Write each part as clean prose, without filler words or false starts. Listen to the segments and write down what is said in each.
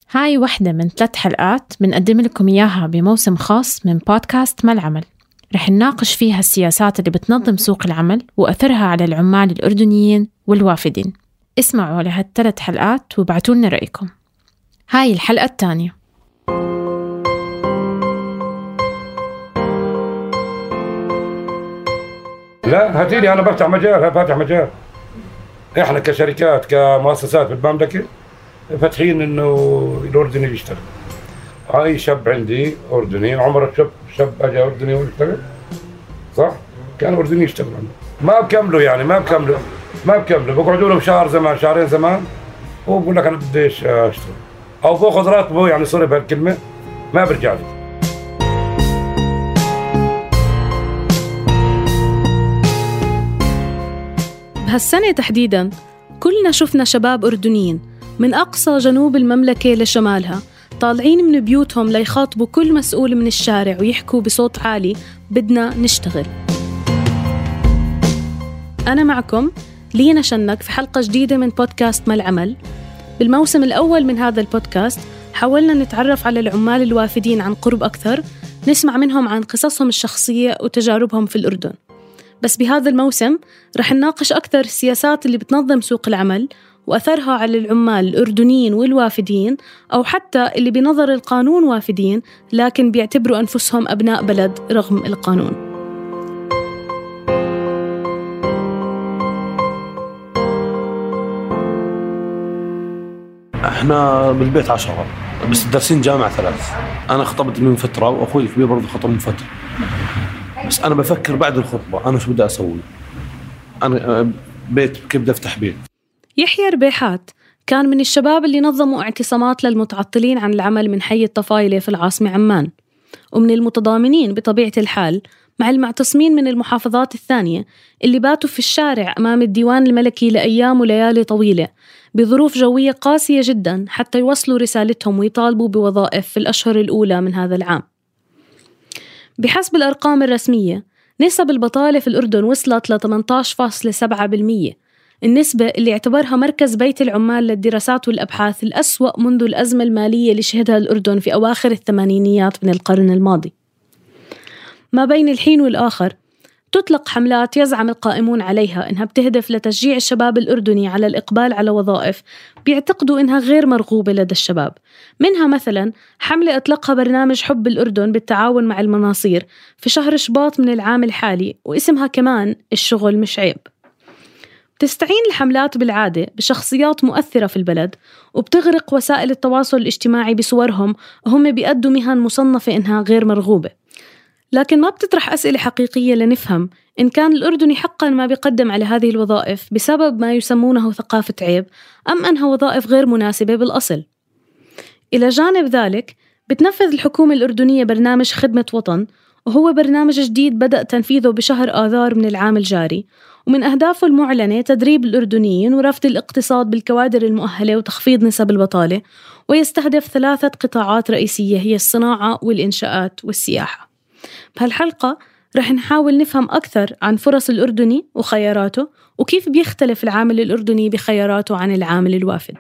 هاي واحدة من 3 حلقات بنقدم لكم إياها بموسم خاص من بودكاست ما العمل. رح نناقش فيها السياسات اللي بتنظم سوق العمل وأثرها على العمال الأردنيين والوافدين. اسمعوا لهال3 حلقات وابعتوا لنا رأيكم. هاي الحلقة الثانية. لا هاتيلي أنا فاتح مجال. إحنا كشركات كمؤسسات بالمملكة فاتحين إنه الأردني يشتغل. هاي شاب عندي أردني عمره شاب أجا أردني ويشتغل صح؟ كان أردني يشتغل عنده. ما بكملوا بقعدوا لهم شهرين زمان وبقول لك أنا بديش أشتغل أو باخذ راتبه يعني صرف بهالكلمة ما برجع لي. بهالسنة تحديداً كلنا شفنا شباب أردنيين من أقصى جنوب المملكة لشمالها طالعين من بيوتهم ليخاطبوا كل مسؤول من الشارع ويحكوا بصوت عالي بدنا نشتغل. أنا معكم لينا شنك في حلقة جديدة من بودكاست ما العمل. بالموسم الأول من هذا البودكاست حاولنا نتعرف على العمال الوافدين عن قرب أكثر، نسمع منهم عن قصصهم الشخصية وتجاربهم في الأردن. بس بهذا الموسم رح نناقش أكثر السياسات اللي بتنظم سوق العمل وأثرها على العمال الأردنيين والوافدين، أو حتى اللي بنظر القانون وافدين لكن بيعتبروا أنفسهم أبناء بلد رغم القانون. احنا بالبيت 10 بس دارسين جامعة 3. أنا خطبت من فترة وأخوي الكبير برضه خطب من فترة، بس أنا بفكر بعد الخطبة أنا شو بدي أسوي. أنا بيت كيف بدي أفتح بيت. يحيى ربيحات كان من الشباب اللي نظموا اعتصامات للمتعطلين عن العمل من حي الطفايلة في العاصمة عمان، ومن المتضامنين بطبيعة الحال مع المعتصمين من المحافظات الثانية اللي باتوا في الشارع أمام الديوان الملكي لأيام وليالي طويلة بظروف جوية قاسية جدا حتى يوصلوا رسالتهم ويطالبوا بوظائف في الأشهر الأولى من هذا العام. بحسب الأرقام الرسمية نسب البطالة في الأردن وصلت ل 18.7%، النسبة اللي اعتبرها مركز بيت العمال للدراسات والأبحاث الأسوأ منذ الأزمة المالية اللي شهدها الأردن في أواخر الثمانينيات من القرن الماضي. ما بين الحين والآخر تطلق حملات يزعم القائمون عليها إنها بتهدف لتشجيع الشباب الأردني على الإقبال على وظائف بيعتقدوا إنها غير مرغوبة لدى الشباب. منها مثلا حملة أطلقها برنامج حب الأردن بالتعاون مع المناصير في شهر شباط من العام الحالي، واسمها كمان الشغل مش عيب. تستعين الحملات بالعادة بشخصيات مؤثرة في البلد وبتغرق وسائل التواصل الاجتماعي بصورهم وهم بيأدوا مهن مصنفة إنها غير مرغوبة، لكن ما بتطرح أسئلة حقيقية لنفهم إن كان الأردني حقاً ما بيقدم على هذه الوظائف بسبب ما يسمونه ثقافة عيب أم أنها وظائف غير مناسبة بالأصل. إلى جانب ذلك بتنفذ الحكومة الأردنية برنامج خدمة وطن، وهو برنامج جديد بدأ تنفيذه بشهر آذار من العام الجاري، ومن أهدافه المعلنة تدريب الأردنيين ورفض الاقتصاد بالكوادر المؤهلة وتخفيض نسب البطالة، ويستهدف 3 قطاعات رئيسية هي الصناعة والإنشاءات والسياحة. بهالحلقة رح نحاول نفهم أكثر عن فرص الأردني وخياراته وكيف بيختلف العامل الأردني بخياراته عن العامل الوافد.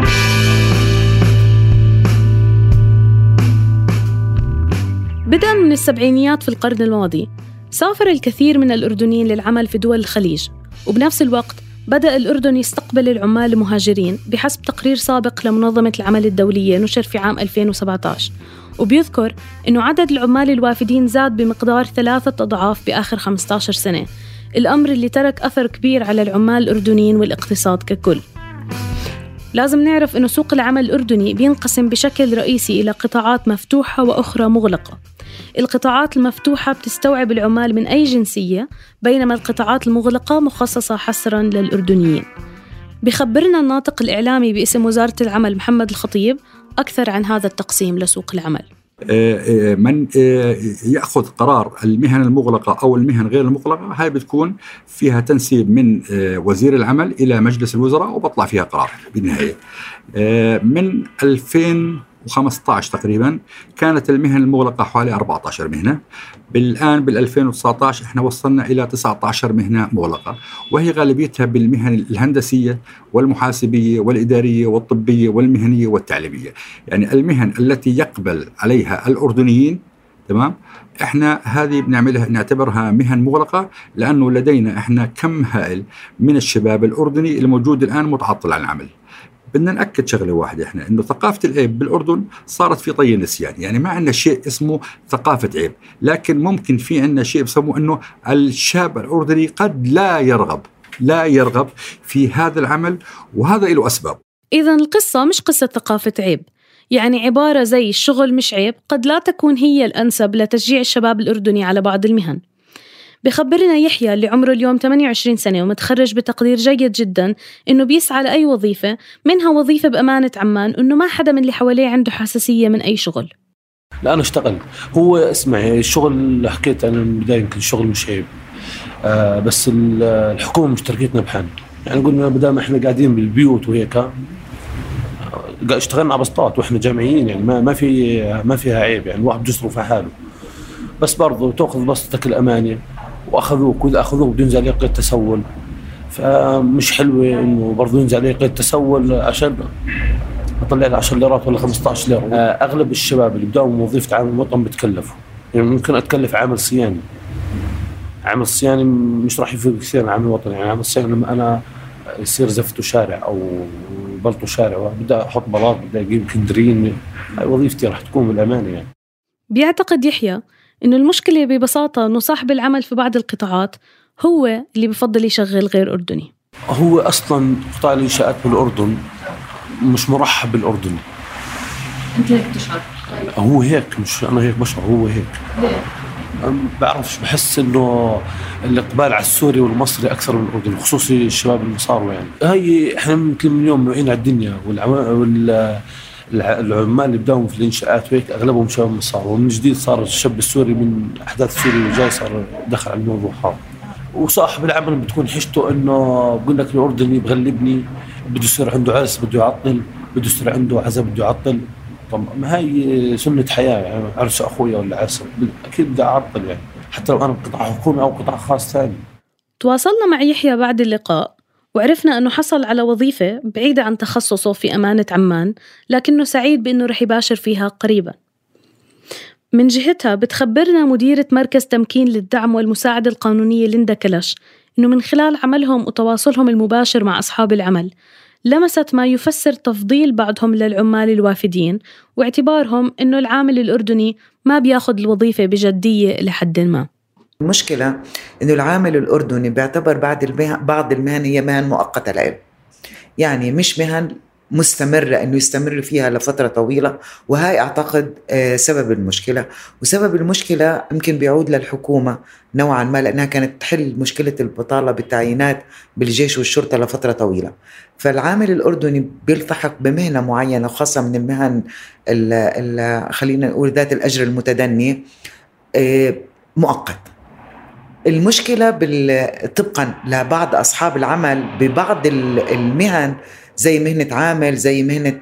بدءاً من السبعينيات في القرن الماضي سافر الكثير من الأردنيين للعمل في دول الخليج، وبنفس الوقت بدأ الأردن يستقبل العمال المهاجرين بحسب تقرير سابق لمنظمة العمل الدولية نشر في عام 2017، وبيذكر أنه عدد العمال الوافدين زاد بمقدار 3 أضعاف بآخر 15 سنة، الأمر اللي ترك أثر كبير على العمال الأردنيين والاقتصاد ككل. لازم نعرف أنه سوق العمل الأردني بينقسم بشكل رئيسي إلى قطاعات مفتوحة وأخرى مغلقة. القطاعات المفتوحة بتستوعب العمال من أي جنسية، بينما القطاعات المغلقة مخصصة حصراً للأردنيين. بخبرنا الناطق الإعلامي باسم وزارة العمل محمد الخطيب أكثر عن هذا التقسيم لسوق العمل. من يأخذ قرار المهن المغلقة أو المهن غير المغلقة هاي بتكون فيها تنسيب من وزير العمل إلى مجلس الوزراء وبطلع فيها قرار بالنهاية. من 2000 2015 تقريبا كانت المهن المغلقة حوالي 14 مهنة. بالآن بال2019 احنا وصلنا إلى 19 مهنة مغلقة، وهي غالبيتها بالمهن الهندسية والمحاسبية والإدارية والطبية والمهنية والتعليمية، يعني المهن التي يقبل عليها الأردنيين. تمام، احنا هذه نعتبرها مهن مغلقة، لأنه لدينا احنا كم هائل من الشباب الأردني الموجود الآن متعطل عن العمل. بدنا نأكد شغلة واحدة، احنا انه ثقافة العيب بالأردن صارت في طي النسيان، يعني ما عندنا شيء اسمه ثقافة عيب، لكن ممكن في عندنا شيء بسموه انه الشاب الأردني قد لا يرغب في هذا العمل، وهذا له أسباب. إذن القصة مش قصة ثقافة عيب، يعني عبارة زي الشغل مش عيب قد لا تكون هي الأنسب لتشجيع الشباب الأردني على بعض المهن. بخبرنا يحيى اللي عمره اليوم 28 سنة ومتخرج بتقدير جيد جدا إنه بيسعى لأي وظيفة، منها وظيفة بأمانة عمان، إنه ما حدا من اللي حواليه عنده حساسية من أي شغل. لا أنا اشتغل، هو اسمعي الشغل اللي حكيت أنا من البداية يمكن الشغل مش عيب، بس الحكومة مشتركتنا بحال، يعني قلنا بدل ما إحنا قاعدين بالبيوت وهيك اشتغلنا على بسطات وإحنا جامعيين، يعني ما فيها عيب، يعني الواحد بيصرف على حاله، بس برضو تأخذ بسطتك الأمانة وأخذوك، وإذا أخذوك بدون ينزل عليك قيد تسول، فمش حلوة إنه برضو ينزل عليك قيد تسول عشان أطلع لي 10 ليرات ولا 15 ليرة. أغلب الشباب اللي بدأوا وظيفة عامل وطن بتكلفوا، يعني ممكن أتكلف عامل صياني مش راح يفيد كثير عامل وطني، يعني عامل صياني لما أنا يصير زفته شارع أو بلطو شارع وبدأ أحط بلاط بدأ أجيب كندرين، وظيفتي راح تكون بالأمانة. يعني بيعتقد يحيى إنه المشكلة ببساطة إنه صاحب العمل في بعض القطاعات هو اللي بفضل يشغل غير أردني. هو أصلاً قطاع الإنشاءات بالأردن مش مرحب بالأردني. أنت هيك تشعر؟ هو هيك، مش أنا هيك بشعر، هو هيك. ليه؟ بعرفش، بحس إنه الإقبال على السوري والمصري أكثر من الأردن، خصوصي الشباب اللي صاروا. يعني هاي إحنا ممكن من يوم نوعين على الدنيا، العمال اللي بداهم في الإنشاءات وهيك أغلبهم شباب مصار، ومن جديد صار الشاب السوري من أحداث سوريا اللي جاي صار دخل على الموضوع هذا. وصاحب العمل بتكون حشته إنه بقول لك الأردني بغلبني، بده يصير عنده عرس بده يعطل، بده يصير عنده عزاء بده يعطل. طب ما هي سنة حياة، يعني عرس أخويا ولا عرس أكيد بدي أعطل، يعني حتى لو أنا بقطاع حكومي أو قطاع خاص ثاني. تواصلنا مع يحيى بعد اللقاء وعرفنا أنه حصل على وظيفة بعيدة عن تخصصه في أمانة عمان، لكنه سعيد بأنه رح يباشر فيها قريبا. من جهتها بتخبرنا مديرة مركز تمكين للدعم والمساعدة القانونية ليندا كلش أنه من خلال عملهم وتواصلهم المباشر مع أصحاب العمل لمست ما يفسر تفضيل بعضهم للعمال الوافدين، واعتبارهم أنه العامل الأردني ما بياخد الوظيفة بجدية لحد ما. المشكلة إنه العامل الأردني بيعتبر بعض المهن هي مهن مؤقتة لإله، يعني مش مهن مستمرة إنه يستمر فيها لفترة طويلة، وهاي أعتقد سبب المشكلة. وسبب المشكلة يمكن بيعود للحكومة نوعا ما، لأنها كانت تحل مشكلة البطالة بالتعيينات بالجيش والشرطة لفترة طويلة. فالعامل الأردني بيلتحق بمهنة معينة، وخاصة من المهن خلينا نقول ذات الأجر المتدني مؤقت. المشكلة طبقا لبعض أصحاب العمل ببعض المهن زي مهنة عامل، زي مهنة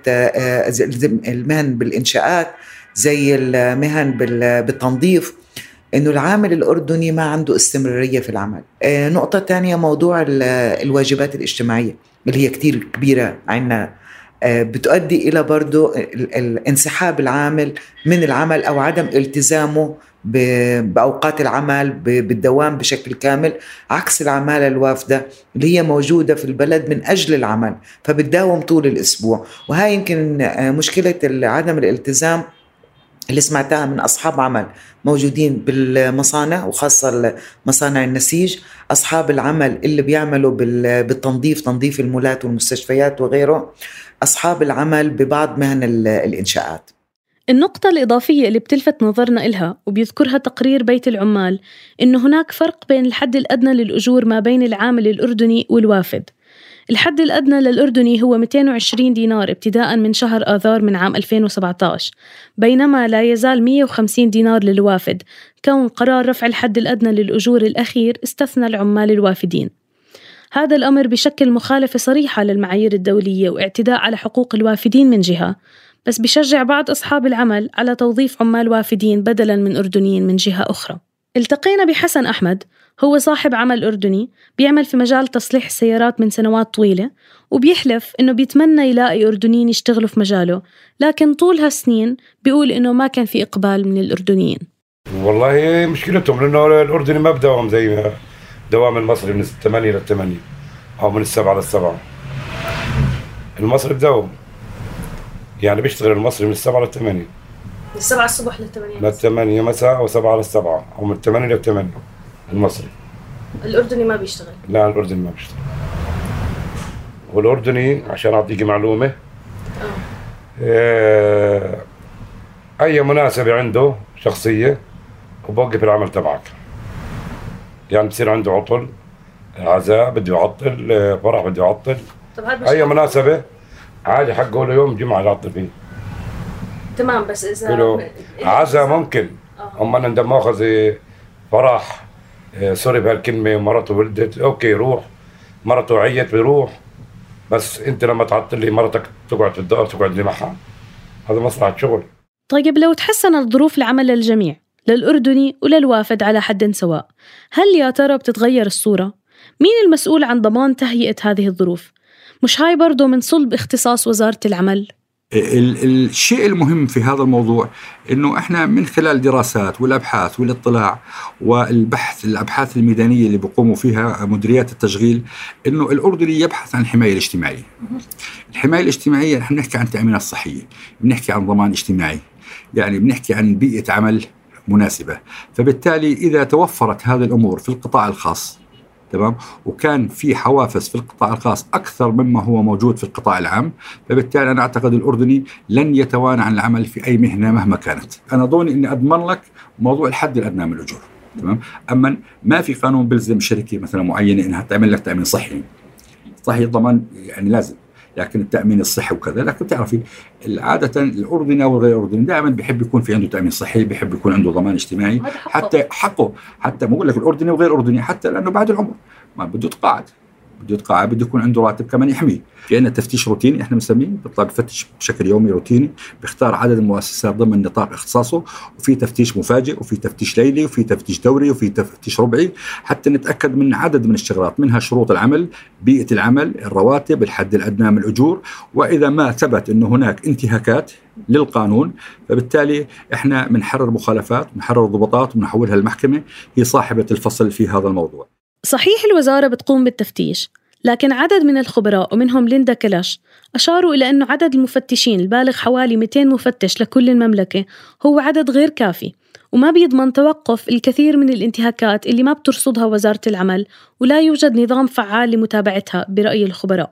المهن بالإنشاءات، زي المهن بالتنظيف، إنه العامل الأردني ما عنده استمرارية في العمل. نقطة تانية موضوع الواجبات الاجتماعية اللي هي كتير كبيرة عنا، بتؤدي إلى برضو انسحاب العامل من العمل أو عدم التزامه بأوقات العمل بالدوام بشكل كامل، عكس العمالة الوافدة اللي هي موجودة في البلد من أجل العمل فبتداوم طول الأسبوع. وهي يمكن مشكلة عدم الالتزام اللي سمعتها من أصحاب عمل موجودين بالمصانع، وخاصة مصانع النسيج، أصحاب العمل اللي بيعملوا بالتنظيف، تنظيف المولات والمستشفيات وغيره، أصحاب العمل ببعض مهن الإنشاءات. النقطة الإضافية اللي بتلفت نظرنا إلها وبيذكرها تقرير بيت العمال إنه هناك فرق بين الحد الأدنى للأجور ما بين العامل الأردني والوافد. الحد الأدنى للأردني هو 220 دينار ابتداء من شهر آذار من عام 2017، بينما لا يزال 150 دينار للوافد، كون قرار رفع الحد الأدنى للأجور الأخير استثنى العمال الوافدين. هذا الأمر بشكل مخالفة صريحة للمعايير الدولية واعتداء على حقوق الوافدين من جهة، بس بيشجع بعض أصحاب العمل على توظيف عمال وافدين بدلاً من أردنيين من جهة أخرى. التقينا بحسن أحمد، هو صاحب عمل أردني بيعمل في مجال تصليح السيارات من سنوات طويلة، وبيحلف إنه بيتمنى يلاقي أردنيين يشتغلوا في مجاله، لكن طول هالسنين بيقول إنه ما كان في إقبال من الأردنيين. والله مشكلتهم لأنه الأردني ما بدوام زي دوام المصري من 8 ل 8 أو من 7 ل 7. المصري بدوام، يعني بيشتغل المصري من 7 ل 8، من 7 الصبح ل 8 من 8 مساء أو 7 ل 7 أو من 8 ل 8 المصري. الأردني ما بيشتغل؟ لا الأردني ما بيشتغل. والأردني عشان أعطيك معلومة أي مناسبة عنده شخصية وبوقف العمل تبعك، يعني بصير عنده عطل، عزاء بده يعطل، فرح بده يعطل، أي مناسبة عادي حقه له يوم جمعة يعطل فيه. تمام، بس إذا عزاء ممكن أما أنا عندما أخذ فرح سوري بهالكلمة ومرته ولدت أوكي روح، مرته عيت بيروح، بس أنت لما تعطل لي مرتك تقعد في الدار تقعد لي معها، هذا مصلحة شغل. طيب لو تحسنت ظروف العمل للجميع، للأردني وللوافد على حد سواء، هل يا ترى بتتغير الصورة؟ مين المسؤول عن ضمان تهيئة هذه الظروف؟ مش هاي برضو من صلب اختصاص وزارة العمل؟ الشيء المهم في هذا الموضوع إنه إحنا من خلال دراسات والأبحاث والاطلاع والبحث، الأبحاث الميدانية اللي بيقوموا فيها مديريات التشغيل، إنه الأردني يبحث عن الحماية الاجتماعية. الحماية الاجتماعية نحن بنحكي عن تأمينات صحية، بنحكي عن ضمان اجتماعي، يعني بنحكي عن بيئة عمل مناسبة. فبالتالي إذا توفرت هذه الأمور في القطاع الخاص تمام، وكان في حوافز في القطاع الخاص أكثر مما هو موجود في القطاع العام، فبالتالي أنا أعتقد الأردني لن يتوانى عن العمل في أي مهنة مهما كانت. أنا ظني إني أضمن لك موضوع الحد الأدنى من الأجور تمام. أما ما في قانون بلزم شركة مثلا معينة إنها تعمل لك تأمين صحي، صحي الضمان يعني لازم، لكن التأمين الصحي وكذا. لكن بتعرفي عادة الأردني أو غير الأردني دائما بيحب يكون في عنده تأمين صحي، بيحب يكون عنده ضمان اجتماعي، حتى حقه، حتى ما بقول لك الأردني وغير الأردني، حتى لأنه بعد العمر ما بده يتقاعد، بده يكون عنده راتب كمان يحميه. في عندنا تفتيش روتيني احنا بنسميه، بيطلع بفتش بشكل يومي روتيني، بيختار عدد المؤسسات ضمن نطاق اختصاصه، وفي تفتيش مفاجئ وفي تفتيش ليلي وفي تفتيش دوري وفي تفتيش ربعي، حتى نتأكد من عدد من الشغلات، منها شروط العمل، بيئة العمل، الرواتب، الحد الأدنى من الأجور. وإذا ما ثبت أنه هناك انتهاكات للقانون، فبالتالي احنا بنحرر مخالفات، بنحرر ضبطات ونحولها للمحكمة، هي صاحبة الفصل في هذا الموضوع. صحيح الوزارة بتقوم بالتفتيش، لكن عدد من الخبراء ومنهم ليندا كلاش أشاروا إلى أنه عدد المفتشين البالغ حوالي 200 مفتش لكل المملكة هو عدد غير كافي، وما بيضمن توقف الكثير من الانتهاكات اللي ما بترصدها وزارة العمل، ولا يوجد نظام فعال لمتابعتها برأي الخبراء.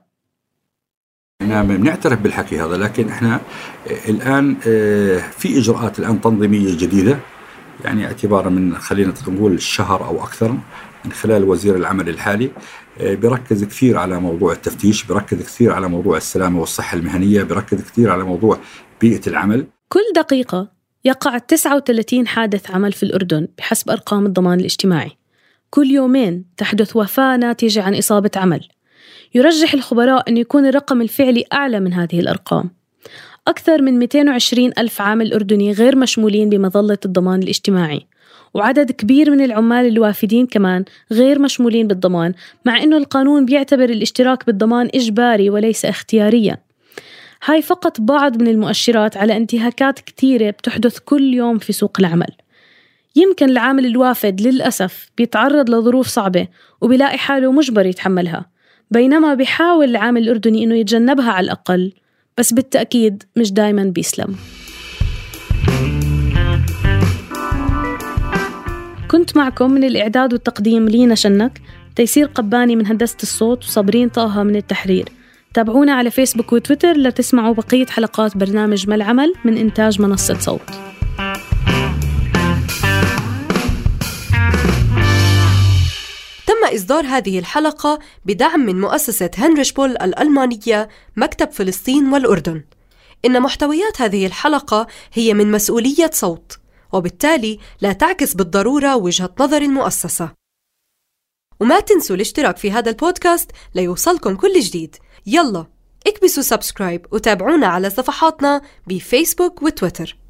نعم بنعترف بالحكي هذا، لكن احنا الآن في إجراءات الآن تنظيمية جديدة، يعني اعتبارا من خلينا نقول شهر أو أكثر، من خلال وزير العمل الحالي بيركز كثير على موضوع التفتيش، بيركز كثير على موضوع السلامة والصحة المهنية، بيركز كثير على موضوع بيئة العمل. كل دقيقة يقع 39 حادث عمل في الأردن بحسب أرقام الضمان الاجتماعي. كل يومين تحدث وفاة ناتجة عن إصابة عمل. يرجح الخبراء أن يكون الرقم الفعلي أعلى من هذه الأرقام. أكثر من 220 ألف عامل أردني غير مشمولين بمظلة الضمان الاجتماعي، وعدد كبير من العمال الوافدين كمان غير مشمولين بالضمان، مع أنه القانون بيعتبر الاشتراك بالضمان إجباري وليس اختياريا. هاي فقط بعض من المؤشرات على انتهاكات كثيرة بتحدث كل يوم في سوق العمل. يمكن العامل الوافد للأسف بيتعرض لظروف صعبة وبيلاقي حاله مجبر يتحملها، بينما بيحاول العامل الأردني أنه يتجنبها على الأقل، بس بالتأكيد مش دايما بيسلم. كنت معكم من الإعداد والتقديم لينا شنك، تيسير قباني من هندسة الصوت، وصابرين طه من التحرير. تابعونا على فيسبوك وتويتر لتسمعوا بقية حلقات برنامج ما العمل من إنتاج منصة صوت. تم إصدار هذه الحلقة بدعم من مؤسسة هنريش بول الألمانية، مكتب فلسطين والأردن. إن محتويات هذه الحلقة هي من مسؤولية صوت، وبالتالي لا تعكس بالضرورة وجهة نظر المؤسسة. وما تنسوا الاشتراك في هذا البودكاست ليوصلكم كل جديد. يلا اكبسوا سبسكرايب وتابعونا على صفحاتنا بفيسبوك وتويتر.